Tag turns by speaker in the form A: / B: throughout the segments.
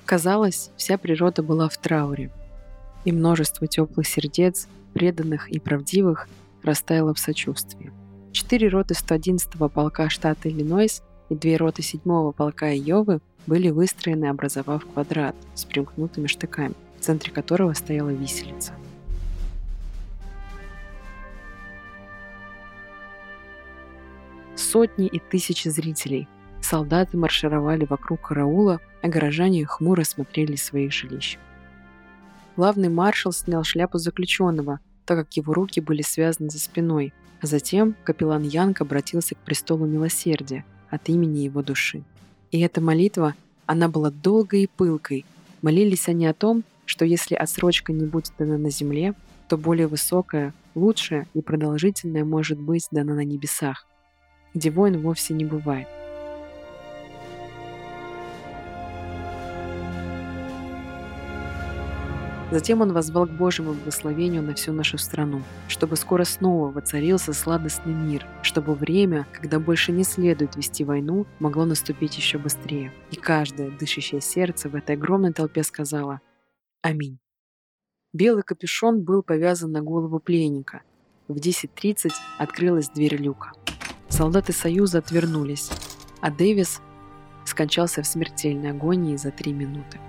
A: Казалось, вся природа была в трауре, и множество теплых сердец, преданных и правдивых, растаяло в сочувствии. 4 роты 111-го полка штата Иллинойс и 2 роты 7-го полка Айовы были выстроены, образовав квадрат с примкнутыми штыками, в центре которого стояла виселица. Сотни и тысячи зрителей. Солдаты маршировали вокруг караула, а горожане хмуро смотрели из своих жилищ. Главный маршал снял шляпу заключенного, так как его руки были связаны за спиной, а затем капеллан Янг обратился к престолу милосердия от имени его души. И эта молитва, она была долгой и пылкой. Молились они о том, что если отсрочка не будет дана на земле, то более высокая, лучшая и продолжительная может быть дана на небесах, где войн вовсе не бывает. Затем он воззвал к Божьему благословению на всю нашу страну, чтобы скоро снова воцарился сладостный мир, чтобы время, когда больше не следует вести войну, могло наступить еще быстрее. И каждое дышащее сердце в этой огромной толпе сказало «Аминь». Белый капюшон был повязан на голову пленника. В 10:30 открылась дверь люка. Солдаты Союза отвернулись, а Дэвис скончался в смертельной агонии за 3 минуты.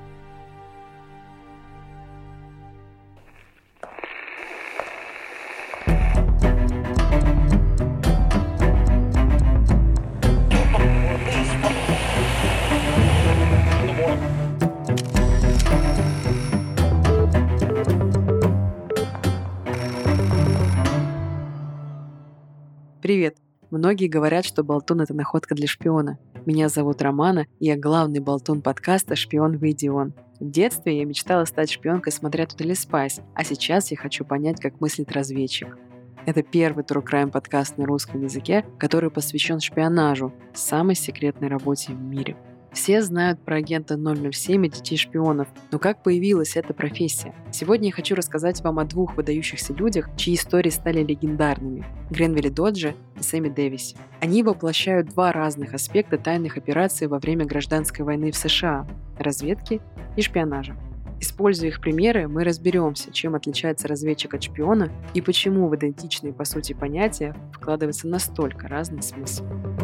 A: Привет! Многие говорят, что болтун — это находка для шпиона. Меня зовут Романа, и я главный болтун подкаста «Шпион, выйди он». В детстве я мечтала стать шпионкой, смотря Totally Spies, а сейчас я хочу понять, как мыслит разведчик. Это первый True Crime подкаст на русском языке, который посвящен шпионажу, самой секретной работе в мире. Все знают про агента 007 и детей шпионов, но как появилась эта профессия? Сегодня я хочу рассказать вам о 2 выдающихся людях, чьи истории стали легендарными – Гренвилле Додже и Сэмми Дэвисе. Они воплощают 2 разных аспекта тайных операций во время гражданской войны в США – разведки и шпионажа. Используя их примеры, мы разберемся, чем отличается разведчик от шпиона и почему в идентичные по сути понятия вкладывается настолько разный смысл.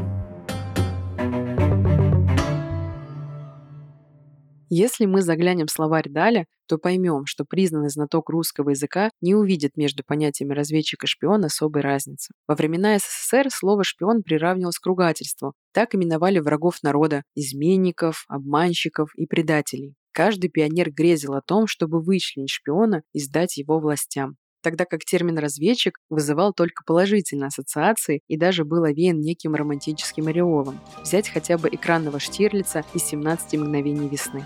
A: Если мы заглянем в словарь Даля, то поймем, что признанный знаток русского языка не увидит между понятиями разведчик и шпион особой разницы. Во времена СССР слово «шпион» приравнивалось к ругательству. Так именовали врагов народа, изменников, обманщиков и предателей. Каждый пионер грезил о том, чтобы вычленить шпиона и сдать его властям. Тогда как термин «разведчик» вызывал только положительные ассоциации и даже был овеян неким романтическим ореолом. Взять хотя бы экранного Штирлица из «17 мгновений весны».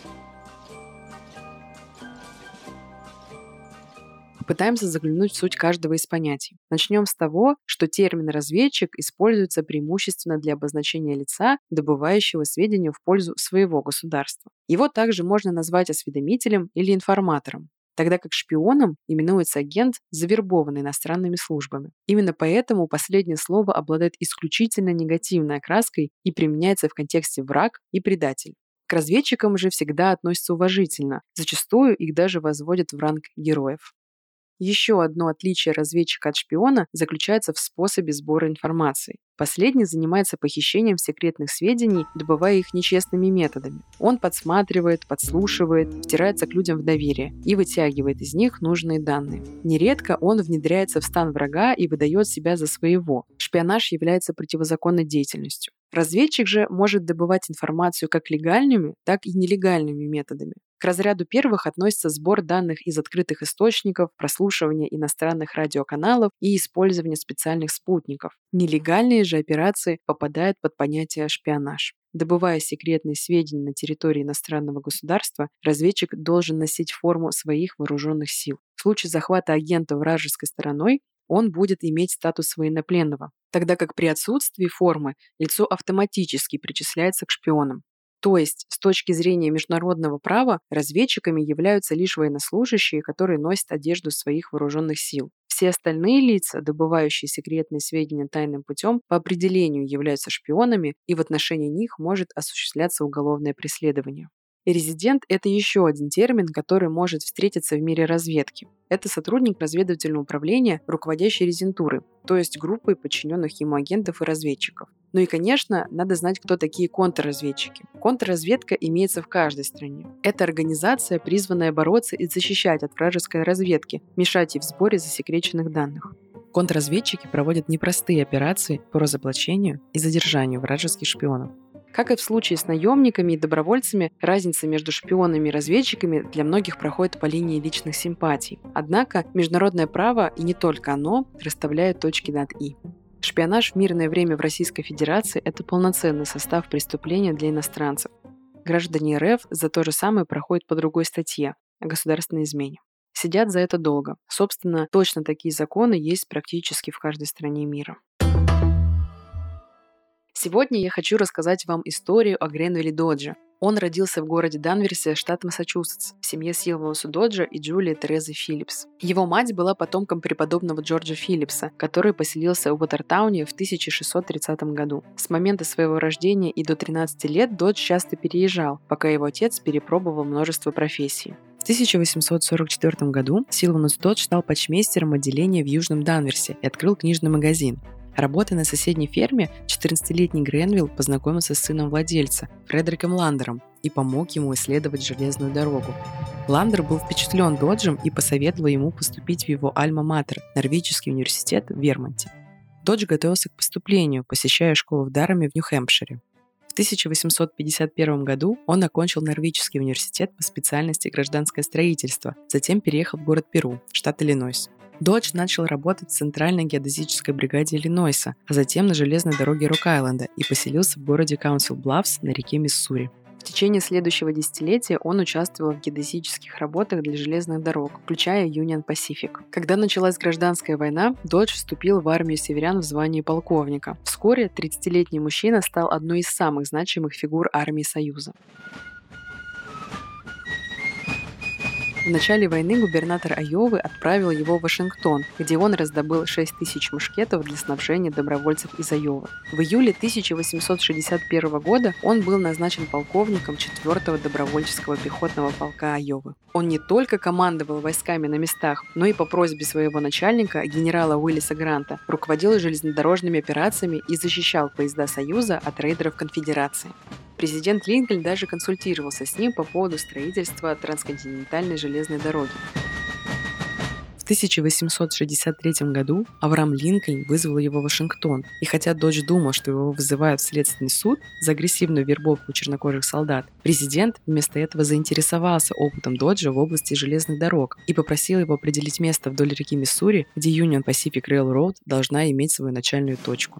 A: Попытаемся заглянуть в суть каждого из понятий. Начнем с того, что термин «разведчик» используется преимущественно для обозначения лица, добывающего сведения в пользу своего государства. Его также можно назвать осведомителем или информатором, тогда как шпионом именуется агент, завербованный иностранными службами. Именно поэтому последнее слово обладает исключительно негативной окраской и применяется в контексте враг и предатель. К разведчикам же всегда относятся уважительно, зачастую их даже возводят в ранг героев. Еще одно отличие разведчика от шпиона заключается в способе сбора информации. Последний занимается похищением секретных сведений, добывая их нечестными методами. Он подсматривает, подслушивает, втирается к людям в доверие и вытягивает из них нужные данные. Нередко он внедряется в стан врага и выдает себя за своего. Шпионаж является противозаконной деятельностью. Разведчик же может добывать информацию как легальными, так и нелегальными методами. К разряду первых относится сбор данных из открытых источников, прослушивание иностранных радиоканалов и использование специальных спутников. Нелегальные же операции попадают под понятие шпионаж. Добывая секретные сведения на территории иностранного государства, разведчик должен носить форму своих вооруженных сил. В случае захвата агента вражеской стороной он будет иметь статус военнопленного, тогда как при отсутствии формы лицо автоматически причисляется к шпионам. То есть, с точки зрения международного права, разведчиками являются лишь военнослужащие, которые носят одежду своих вооруженных сил. Все остальные лица, добывающие секретные сведения тайным путем, по определению являются шпионами, и в отношении них может осуществляться уголовное преследование. Резидент – это еще один термин, который может встретиться в мире разведки. Это сотрудник разведывательного управления, руководящий резидентурой, то есть группой подчиненных ему агентов и разведчиков. Ну и, конечно, надо знать, кто такие контрразведчики. Контрразведка имеется в каждой стране. Это организация, призванная бороться и защищать от вражеской разведки, мешать ей в сборе засекреченных данных. Контрразведчики проводят непростые операции по разоблачению и задержанию вражеских шпионов. Как и в случае с наемниками и добровольцами, разница между шпионами и разведчиками для многих проходит по линии личных симпатий. Однако международное право, и не только оно, расставляет точки над «и». Шпионаж в мирное время в Российской Федерации – это полноценный состав преступления для иностранцев. Граждане РФ за то же самое проходят по другой статье – о государственной измене. Сидят за это долго. Собственно, точно такие законы есть практически в каждой стране мира. Сегодня я хочу рассказать вам историю о Гренвилле Доджи. Он родился в городе Данверсе, штат Массачусетс, в семье Силвануса Доджа и Джулии Терезы Филлипс. Его мать была потомком преподобного Джорджа Филлипса, который поселился в Уотертауне в 1630 году. С момента своего рождения и до 13 лет Додж часто переезжал, пока его отец перепробовал множество профессий. В 1844 году Силванус Додж стал почмейстером отделения в Южном Данверсе и открыл книжный магазин. Работая на соседней ферме, 14-летний Гренвилл познакомился с сыном владельца, Фредериком Ландером, и помог ему исследовать железную дорогу. Ландер был впечатлен Доджем и посоветовал ему поступить в его альма-матер, Норвичский университет в Вермонте. Додж готовился к поступлению, посещая школу в Дараме в Нью-Хэмпшире. В 1851 году он окончил Норвичский университет по специальности гражданское строительство, затем переехал в город Перу, штат Иллинойс. Додж начал работать в Центральной геодезической бригаде Иллинойса, а затем на железной дороге Рок-Айленда и поселился в городе Каунсил-Блаффс на реке Миссури. В течение следующего десятилетия он участвовал в геодезических работах для железных дорог, включая Union Pacific. Когда началась гражданская война, Додж вступил в армию северян в звании полковника. Вскоре 30-летний мужчина стал одной из самых значимых фигур армии Союза. В начале войны губернатор Айовы отправил его в Вашингтон, где он раздобыл 6000 мушкетов для снабжения добровольцев из Айовы. В июле 1861 года он был назначен полковником 4-го добровольческого пехотного полка Айовы. Он не только командовал войсками на местах, но и по просьбе своего начальника, генерала Уиллиса Гранта, руководил железнодорожными операциями и защищал поезда Союза от рейдеров Конфедерации. Президент Линкольн даже консультировался с ним по поводу строительства трансконтинентальной железной дороги. В 1863 году Авраам Линкольн вызвал его в Вашингтон, и хотя Додж думал, что его вызывают в следственный суд за агрессивную вербовку чернокожих солдат, президент вместо этого заинтересовался опытом Доджа в области железных дорог и попросил его определить место вдоль реки Миссури, где Union Pacific Railroad должна иметь свою начальную точку.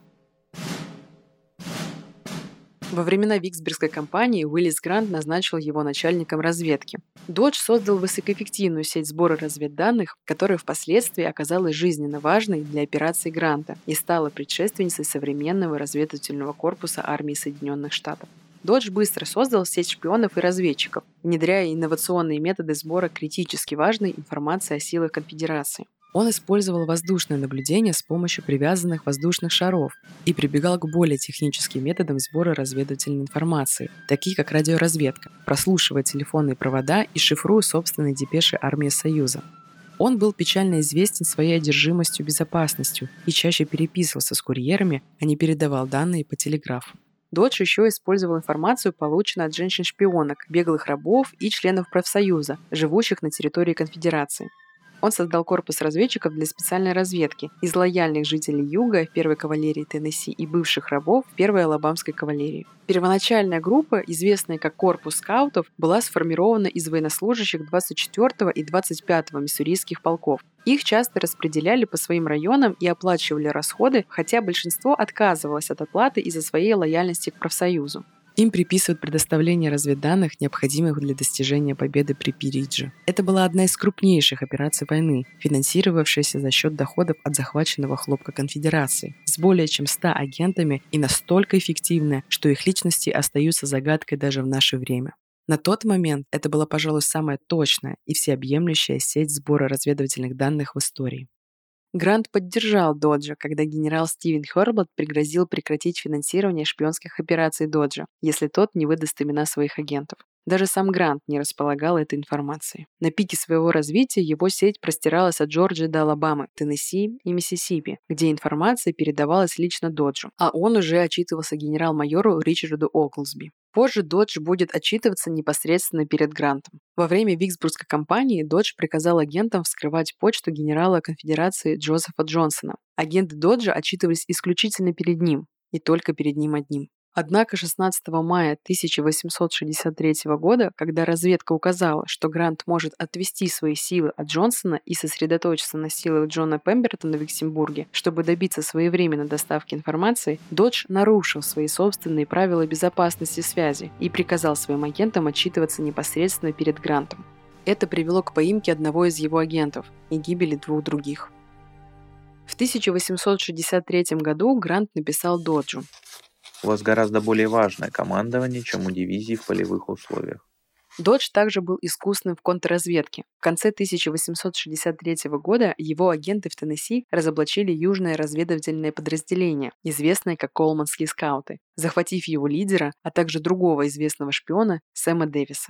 A: Во времена Виксбергской кампании Уиллис Грант назначил его начальником разведки. Додж создал высокоэффективную сеть сбора разведданных, которая впоследствии оказалась жизненно важной для операции Гранта и стала предшественницей современного разведывательного корпуса армии Соединенных Штатов. Додж быстро создал сеть шпионов и разведчиков, внедряя инновационные методы сбора критически важной информации о силах конфедерации. Он использовал воздушное наблюдение с помощью привязанных воздушных шаров и прибегал к более техническим методам сбора разведывательной информации, такие как радиоразведка, прослушивая телефонные провода и шифруя собственные депеши армии Союза. Он был печально известен своей одержимостью безопасностью и чаще переписывался с курьерами, а не передавал данные по телеграфу. Додж еще использовал информацию, полученную от женщин-шпионок, беглых рабов и членов профсоюза, живущих на территории Конфедерации. Он создал корпус разведчиков для специальной разведки из лояльных жителей Юга 1-й кавалерии Теннесси и бывших рабов 1-й Алабамской кавалерии. Первоначальная группа, известная как корпус скаутов, была сформирована из военнослужащих 24-го и 25-го миссурийских полков. Их часто распределяли по своим районам и оплачивали расходы, хотя большинство отказывалось от оплаты из-за своей лояльности к профсоюзу. Им приписывают предоставление разведданных, необходимых для достижения победы при Пи-Ридже. Это была одна из крупнейших операций войны, финансировавшаяся за счет доходов от захваченного хлопка Конфедерации, с более чем 100 агентами и настолько эффективная, что их личности остаются загадкой даже в наше время. На тот момент это была, пожалуй, самая точная и всеобъемлющая сеть сбора разведывательных данных в истории. Грант поддержал Доджа, когда генерал Стивен Хёрблат пригрозил прекратить финансирование шпионских операций Доджа, если тот не выдаст имена своих агентов. Даже сам Грант не располагал этой информацией. На пике своего развития его сеть простиралась от Джорджии до Алабамы, Теннесси и Миссисипи, где информация передавалась лично Доджу, а он уже отчитывался генерал-майору Ричарду Оглсби. Позже Додж будет отчитываться непосредственно перед Грантом. Во время Виксбургской кампании Додж приказал агентам вскрывать почту генерала конфедерации Джозефа Джонсона. Агенты Доджа отчитывались исключительно перед ним, и только перед ним одним. Однако 16 мая 1863 года, когда разведка указала, что Грант может отвести свои силы от Джонсона и сосредоточиться на силах Джона Пембертона в Виксембурге, чтобы добиться своевременной доставки информации, Додж нарушил свои собственные правила безопасности связи и приказал своим агентам отчитываться непосредственно перед Грантом. Это привело к поимке одного из его агентов и гибели двух других. В 1863 году Грант написал Доджу:
B: «У вас гораздо более важное командование, чем у дивизии в полевых условиях».
A: Додж также был искусным в контрразведке. В конце 1863 года его агенты в Теннесси разоблачили южное разведывательное подразделение, известное как Колманские скауты, захватив его лидера, а также другого известного шпиона Сэма Дэвиса.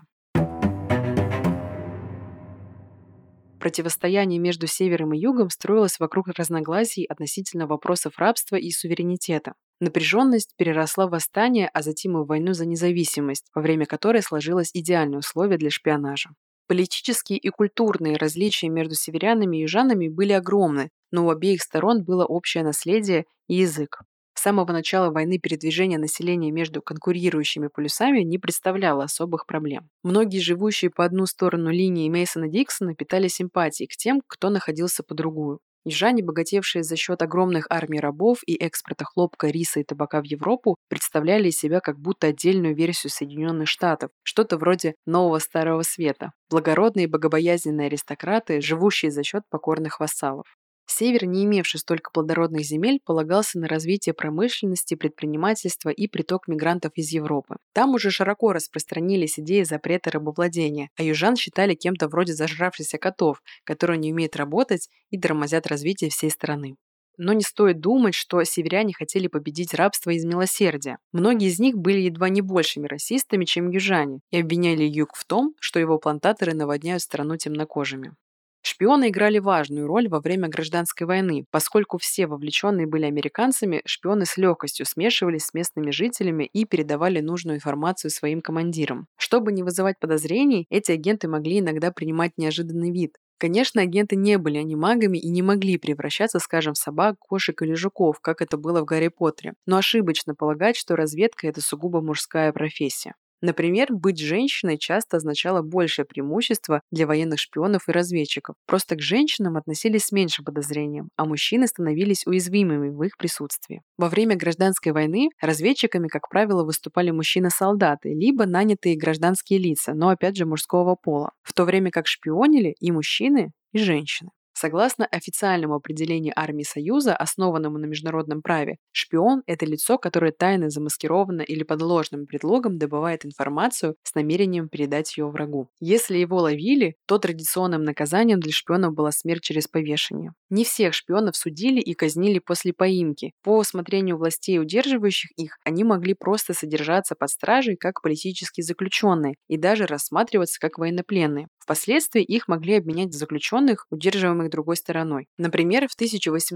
A: Противостояние между севером и югом строилось вокруг разногласий относительно вопросов рабства и суверенитета. Напряженность переросла в восстание, а затем и в войну за независимость, во время которой сложилось идеальное условие для шпионажа. Политические и культурные различия между северянами и южанами были огромны, но у обеих сторон было общее наследие и язык. С самого начала войны передвижение населения между конкурирующими полюсами не представляло особых проблем. Многие, живущие по одну сторону линии Мейсона-Диксона, питали симпатии к тем, кто находился по другую. Южане, богатевшие за счет огромных армий рабов и экспорта хлопка, риса и табака в Европу, представляли из себя как будто отдельную версию Соединенных Штатов, что-то вроде нового Старого Света, благородные и богобоязненные аристократы, живущие за счет покорных вассалов. Север, не имевший столько плодородных земель, полагался на развитие промышленности, предпринимательства и приток мигрантов из Европы. Там уже широко распространились идеи запрета рабовладения, а южан считали кем-то вроде зажравшихся котов, которые не умеют работать и тормозят развитие всей страны. Но не стоит думать, что северяне хотели победить рабство из милосердия. Многие из них были едва не большими расистами, чем южане, и обвиняли юг в том, что его плантаторы наводняют страну темнокожими. Шпионы играли важную роль во время гражданской войны, поскольку все вовлеченные были американцами, шпионы с легкостью смешивались с местными жителями и передавали нужную информацию своим командирам. Чтобы не вызывать подозрений, эти агенты могли иногда принимать неожиданный вид. Конечно, агенты не были анимагами и не могли превращаться, скажем, в собак, кошек или жуков, как это было в Гарри Поттере, но ошибочно полагать, что разведка – это сугубо мужская профессия. Например, быть женщиной часто означало большее преимущество для военных шпионов и разведчиков. Просто к женщинам относились с меньшим подозрением, а мужчины становились уязвимыми в их присутствии. Во время гражданской войны разведчиками, как правило, выступали мужчины-солдаты, либо нанятые гражданские лица, но опять же мужского пола, в то время как шпионили и мужчины, и женщины. Согласно официальному определению армии Союза, основанному на международном праве, шпион – это лицо, которое тайно, замаскированно или под ложным предлогом добывает информацию с намерением передать ее врагу. Если его ловили, то традиционным наказанием для шпионов была смерть через повешение. Не всех шпионов судили и казнили после поимки. По усмотрению властей, удерживающих их, они могли просто содержаться под стражей как политические заключенные и даже рассматриваться как военнопленные. Впоследствии их могли обменять в заключенных, удерживаемых другой стороной. Например, в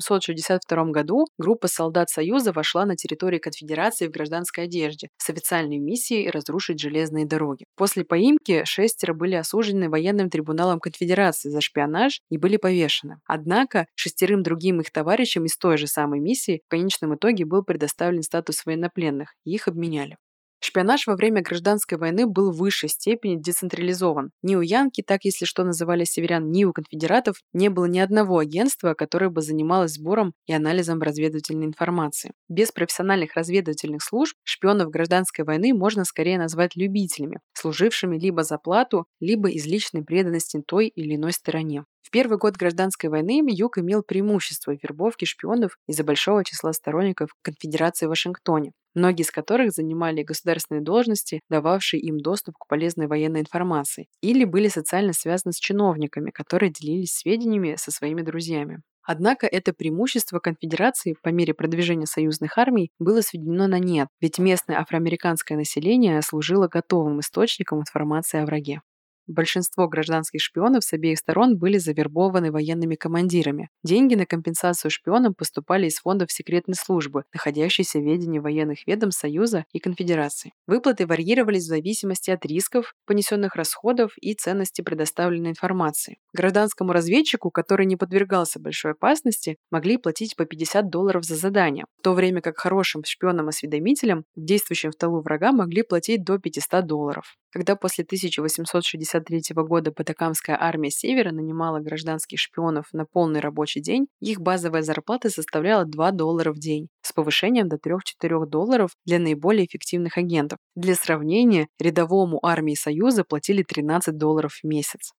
A: 1862 году группа солдат Союза вошла на территорию конфедерации в гражданской одежде с официальной миссией разрушить железные дороги. После поимки 6 были осуждены военным трибуналом конфедерации за шпионаж и были повешены. Однако 6 другим их товарищам из той же самой миссии в конечном итоге был предоставлен статус военнопленных, и их обменяли. Шпионаж во время гражданской войны был в высшей степени децентрализован. Ни у янки, так если что называли северян, ни у конфедератов не было ни одного агентства, которое бы занималось сбором и анализом разведывательной информации. Без профессиональных разведывательных служб шпионов гражданской войны можно скорее назвать любителями, служившими либо за плату, либо из личной преданности той или иной стороне. В первый год гражданской войны Юг имел преимущество в вербовке шпионов из-за большого числа сторонников конфедерации в Вашингтоне, многие из которых занимали государственные должности, дававшие им доступ к полезной военной информации, или были социально связаны с чиновниками, которые делились сведениями со своими друзьями. Однако это преимущество конфедерации по мере продвижения союзных армий было сведено на нет, ведь местное афроамериканское население служило готовым источником информации о враге. Большинство гражданских шпионов с обеих сторон были завербованы военными командирами. Деньги на компенсацию шпионам поступали из фондов секретной службы, находящейся в ведении военных ведомств Союза и Конфедерации. Выплаты варьировались в зависимости от рисков, понесенных расходов и ценности предоставленной информации. Гражданскому разведчику, который не подвергался большой опасности, могли платить по $50 за задание, в то время как хорошим шпионам-осведомителям, действующим в тылу врага, могли платить до $500. Когда после 1863 года Батакамская армия Севера нанимала гражданских шпионов на полный рабочий день, их базовая зарплата составляла $2 в день, с повышением до $3-4 для наиболее эффективных агентов. Для сравнения, рядовому армии Союза платили $13 в месяц.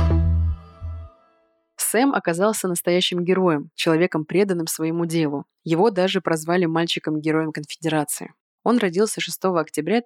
A: Сэм оказался настоящим героем, человеком, преданным своему делу. Его даже прозвали мальчиком-героем Конфедерации. Он родился 6 октября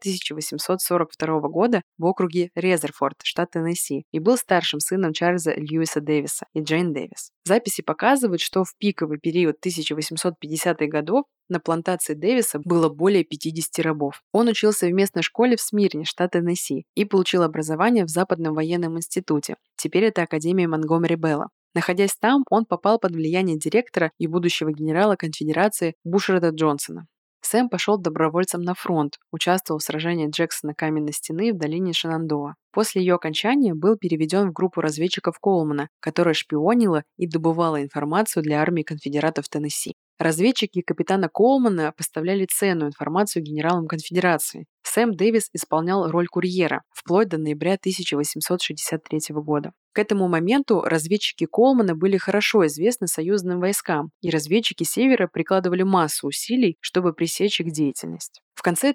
A: 1842 года в округе Резерфорд, штат Теннесси, и был старшим сыном Чарльза Льюиса Дэвиса и Джейн Дэвис. Записи показывают, что в пиковый период 1850-х годов на плантации Дэвиса было более 50 рабов. Он учился в местной школе в Смирне, штат Теннесси, и получил образование в Западном военном институте. Теперь это Академия Монгомери Белла. Находясь там, он попал под влияние директора и будущего генерала Конфедерации Бушерда Джонсона. Сэм пошел добровольцем на фронт, участвовал в сражении Джексона Каменной стены в долине Шенандоа. После ее окончания был переведен в группу разведчиков Коулмана, которая шпионила и добывала информацию для армии конфедератов Теннесси. Разведчики капитана Коулмана поставляли ценную информацию генералам Конфедерации. Сэм Дэвис исполнял роль курьера вплоть до ноября 1863 года. К этому моменту разведчики Коулмана были хорошо известны союзным войскам, и разведчики Севера прикладывали массу усилий, чтобы пресечь их деятельность. В конце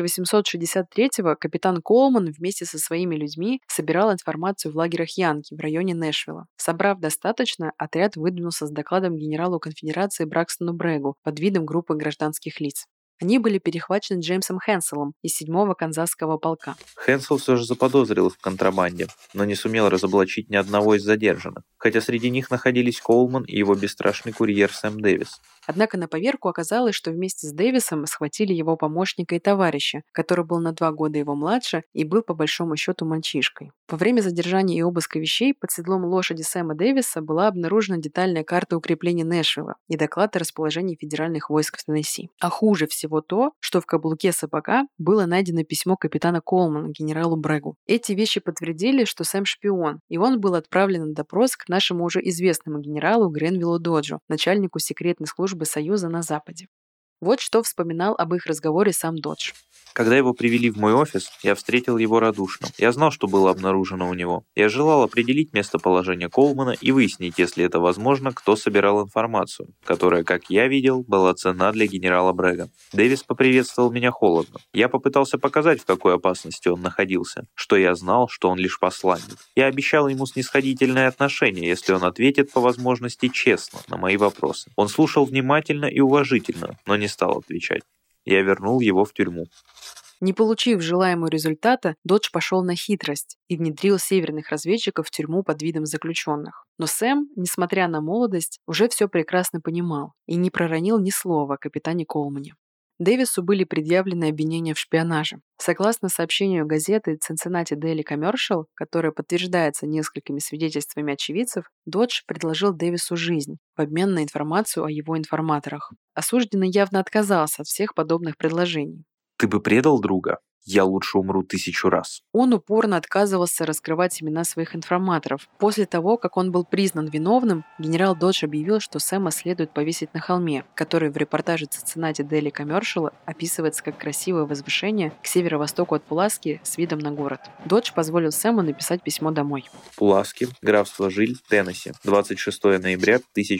A: 1863-го капитан Коулман вместе со своими людьми собирал информацию в лагерях Янки в районе Нэшвилла. Собрав достаточно, отряд выдвинулся с докладом генералу конфедерации Бракстону Брэгу под видом группы гражданских лиц. Они были перехвачены Джеймсом Хэнселом из 7-го канзасского полка.
B: Хэнсел все же заподозрил их в контрабанде, но не сумел разоблачить ни одного из задержанных, хотя среди них находились Коулман и его бесстрашный курьер Сэм Дэвис.
A: Однако на поверку оказалось, что вместе с Дэвисом схватили его помощника и товарища, который был на 2 года его младше и был по большому счету мальчишкой. Во время задержания и обыска вещей под седлом лошади Сэма Дэвиса была обнаружена детальная карта укреплений Нэшвилла и доклад о расположении федеральных войск в Теннесси. А хуже всего то, что в каблуке сапога было найдено письмо капитана Коулмана генералу Брэгу. Эти вещи подтвердили, что Сэм шпион, и он был отправлен на допрос к нашему уже известному генералу Гренвиллу Доджу, начальнику секретной службы Союза на Западе. Вот что вспоминал об их разговоре сам Додж.
B: Когда его привели в мой офис, я встретил его радушно. Я знал, что было обнаружено у него. Я желал определить местоположение Коулмана и выяснить, если это возможно, кто собирал информацию, которая, как я видел, была ценна для генерала Брэга. Дэвис поприветствовал меня холодно. Я попытался показать, в какой опасности он находился, что я знал, что он лишь посланник. Я обещал ему снисходительное отношение, если он ответит по возможности честно на мои вопросы. Он слушал внимательно и уважительно, но не стал отвечать. Я вернул его в тюрьму.
A: Не получив желаемого результата, Додж пошел на хитрость и внедрил северных разведчиков в тюрьму под видом заключенных. Но Сэм, несмотря на молодость, уже все прекрасно понимал и не проронил ни слова о капитане Коулмане. Дэвису были предъявлены обвинения в шпионаже. Согласно сообщению газеты Cincinnati Daily Commercial, которое подтверждается несколькими свидетельствами очевидцев, Додж предложил Дэвису жизнь в обмен на информацию о его информаторах. Осужденный явно отказался от всех подобных предложений.
B: «Ты бы предал друга? Я лучше умру 1000 раз».
A: Он упорно отказывался раскрывать имена своих информаторов. После того, как он был признан виновным, генерал Додж объявил, что Сэма следует повесить на холме, который в репортаже Cincinnati Daily Commercial описывается как красивое возвышение к северо-востоку от Пуласки с видом на город. Додж позволил Сэму написать письмо домой.
B: Пуласки, графство Жиль, Теннесси, 26 ноября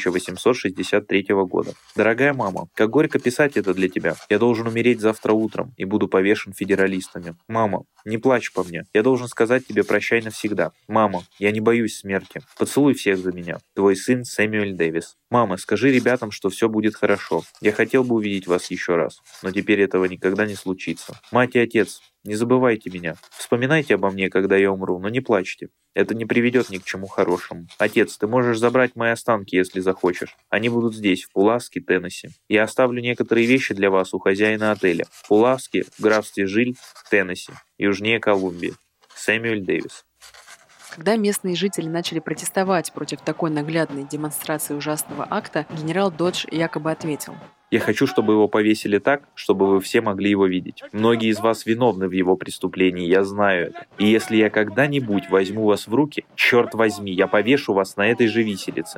B: 1863 года. Дорогая мама, как горько писать это для тебя. Я должен умереть завтра утром и буду повешен федералистами. Мама, не плачь по мне. Я должен сказать тебе прощай навсегда. Мама, я не боюсь смерти. Поцелуй всех за меня. Твой сын Сэмюэль Дэвис. «Мама, скажи ребятам, что все будет хорошо. Я хотел бы увидеть вас еще раз, но теперь этого никогда не случится. Мать и отец, не забывайте меня. Вспоминайте обо мне, когда я умру, но не плачьте. Это не приведет ни к чему хорошему. Отец, ты можешь забрать мои останки, если захочешь. Они будут здесь, в Пулавске, Теннесси. Я оставлю некоторые вещи для вас у хозяина отеля. В Пулавске, в графстве Жиль, Теннесси, южнее Колумбии. Сэмюэль Дэвис».
A: Когда местные жители начали протестовать против такой наглядной демонстрации ужасного акта, генерал Додж якобы ответил:
B: «Я хочу, чтобы его повесили так, чтобы вы все могли его видеть. Многие из вас виновны в его преступлении, я знаю это. И если я когда-нибудь возьму вас в руки, черт возьми, я повешу вас на этой же виселице».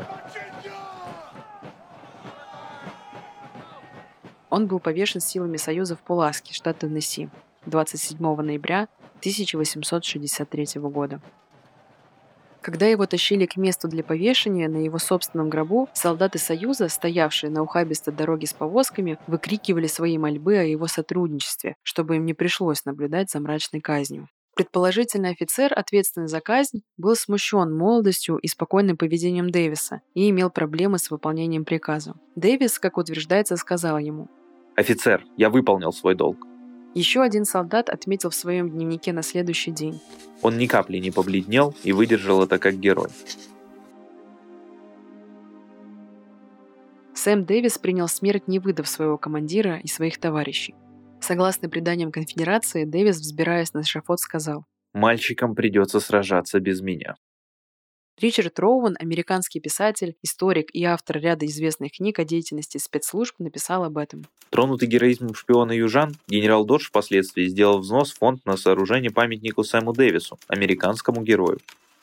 A: Он был повешен силами Союза в Пулавске, штат Теннесси, 27 ноября 1863 года. Когда его тащили к месту для повешения, на его собственном гробу солдаты Союза, стоявшие на ухабистой дороге с повозками, выкрикивали свои мольбы о его сотрудничестве, чтобы им не пришлось наблюдать за мрачной казнью. Предположительный офицер, ответственный за казнь, был смущен молодостью и спокойным поведением Дэвиса и имел проблемы с выполнением приказа. Дэвис, как утверждается, сказал ему:
B: «Офицер, я выполнил свой долг».
A: Еще один солдат отметил в своем дневнике на следующий день:
B: «Он ни капли не побледнел и выдержал это как герой».
A: Сэм Дэвис принял смерть, не выдав своего командира и своих товарищей. Согласно преданиям конфедерации, Дэвис, взбираясь на эшафот, сказал:
B: «Мальчикам придется сражаться без меня».
A: Ричард Роуэн, американский писатель, историк и автор ряда известных книг о деятельности спецслужб, написал об этом.
B: Тронутый героизмом шпиона южан, генерал Додж впоследствии сделал взнос в фонд на сооружение памятнику Сэму Дэвису, американскому герою.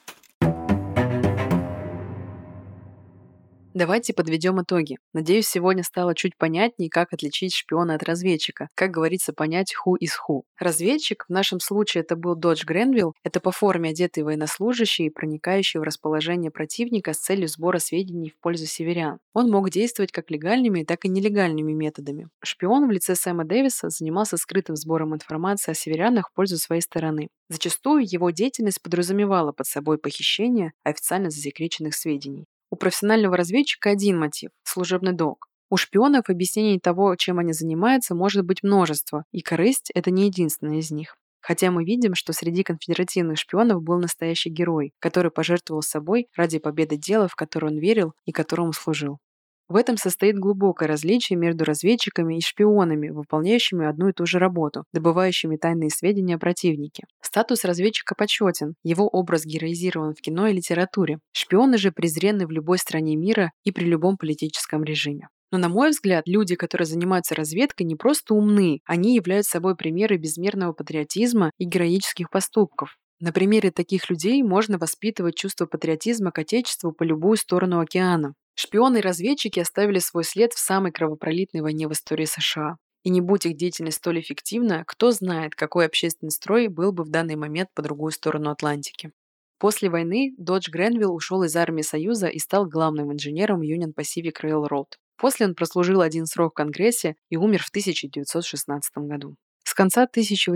A: Давайте подведем итоги. Надеюсь, сегодня стало чуть понятнее, как отличить шпиона от разведчика. Как говорится, понять who is who. Разведчик, в нашем случае это был Додж Гренвилл, это по форме одетый военнослужащий, проникающий в расположение противника с целью сбора сведений в пользу северян. Он мог действовать как легальными, так и нелегальными методами. Шпион в лице Сэма Дэвиса занимался скрытым сбором информации о северянах в пользу своей стороны. Зачастую его деятельность подразумевала под собой похищение официально засекреченных сведений. У профессионального разведчика один мотив – служебный долг. У шпионов объяснений того, чем они занимаются, может быть множество, и корысть – это не единственное из них. Хотя мы видим, что среди конфедеративных шпионов был настоящий герой, который пожертвовал собой ради победы дела, в которое он верил и которому служил. В этом состоит глубокое различие между разведчиками и шпионами, выполняющими одну и ту же работу, добывающими тайные сведения о противнике. Статус разведчика почетен, его образ героизирован в кино и литературе. Шпионы же презренны в любой стране мира и при любом политическом режиме. Но, на мой взгляд, люди, которые занимаются разведкой, не просто умны, они являются собой примеры безмерного патриотизма и героических поступков. На примере таких людей можно воспитывать чувство патриотизма к Отечеству по любую сторону океана. Шпионы и разведчики оставили свой след в самой кровопролитной войне в истории США. И не будь их деятельность столь эффективна, кто знает, какой общественный строй был бы в данный момент по другую сторону Атлантики. После войны Додж Гренвилл ушел из армии Союза и стал главным инженером Union Pacific Railroad. После он прослужил один срок в Конгрессе и умер в 1916 году. С конца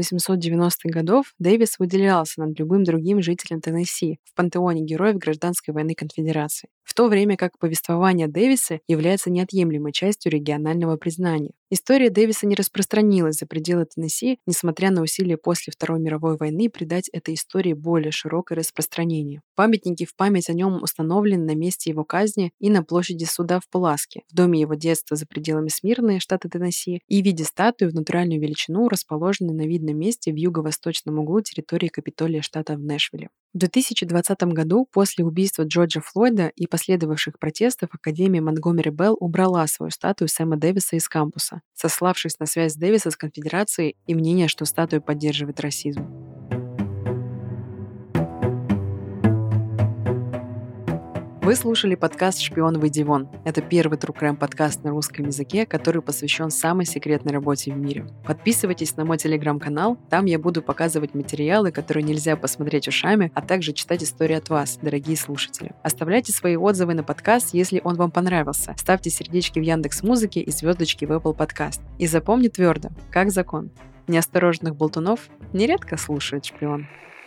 A: 1890-х годов Дэвис выделялся над любым другим жителем Теннесси в пантеоне героев Гражданской войны Конфедерации, в то время как повествование Дэвиса является неотъемлемой частью регионального признания. История Дэвиса не распространилась за пределы Теннесси, несмотря на усилия после Второй мировой войны придать этой истории более широкое распространение. Памятники в память о нем установлены на месте его казни и на площади суда в Пулавске, в доме его детства за пределами Смирны, штата Теннесси, и в виде статуи в натуральную величину, расположенной на видном месте в юго-восточном углу территории Капитолия штата в Нэшвилле. В 2020 году, после убийства Джорджа Флойда и последовавших протестов, Академия Монтгомери Белл убрала свою статую Сэма Дэвиса из кампуса, сославшись на связь Дэвиса с конфедерацией и мнение, что статуя поддерживает расизм. Вы слушали подкаст «Шпион, выйди вон». Это первый True Crime подкаст на русском языке, который посвящен самой секретной работе в мире. Подписывайтесь на мой телеграм-канал, там я буду показывать материалы, которые нельзя посмотреть ушами, а также читать истории от вас, дорогие слушатели. Оставляйте свои отзывы на подкаст, если он вам понравился. Ставьте сердечки в Яндекс.Музыке и звездочки в Apple Podcast. И запомни твердо, как закон: неосторожных болтунов нередко слушает шпион.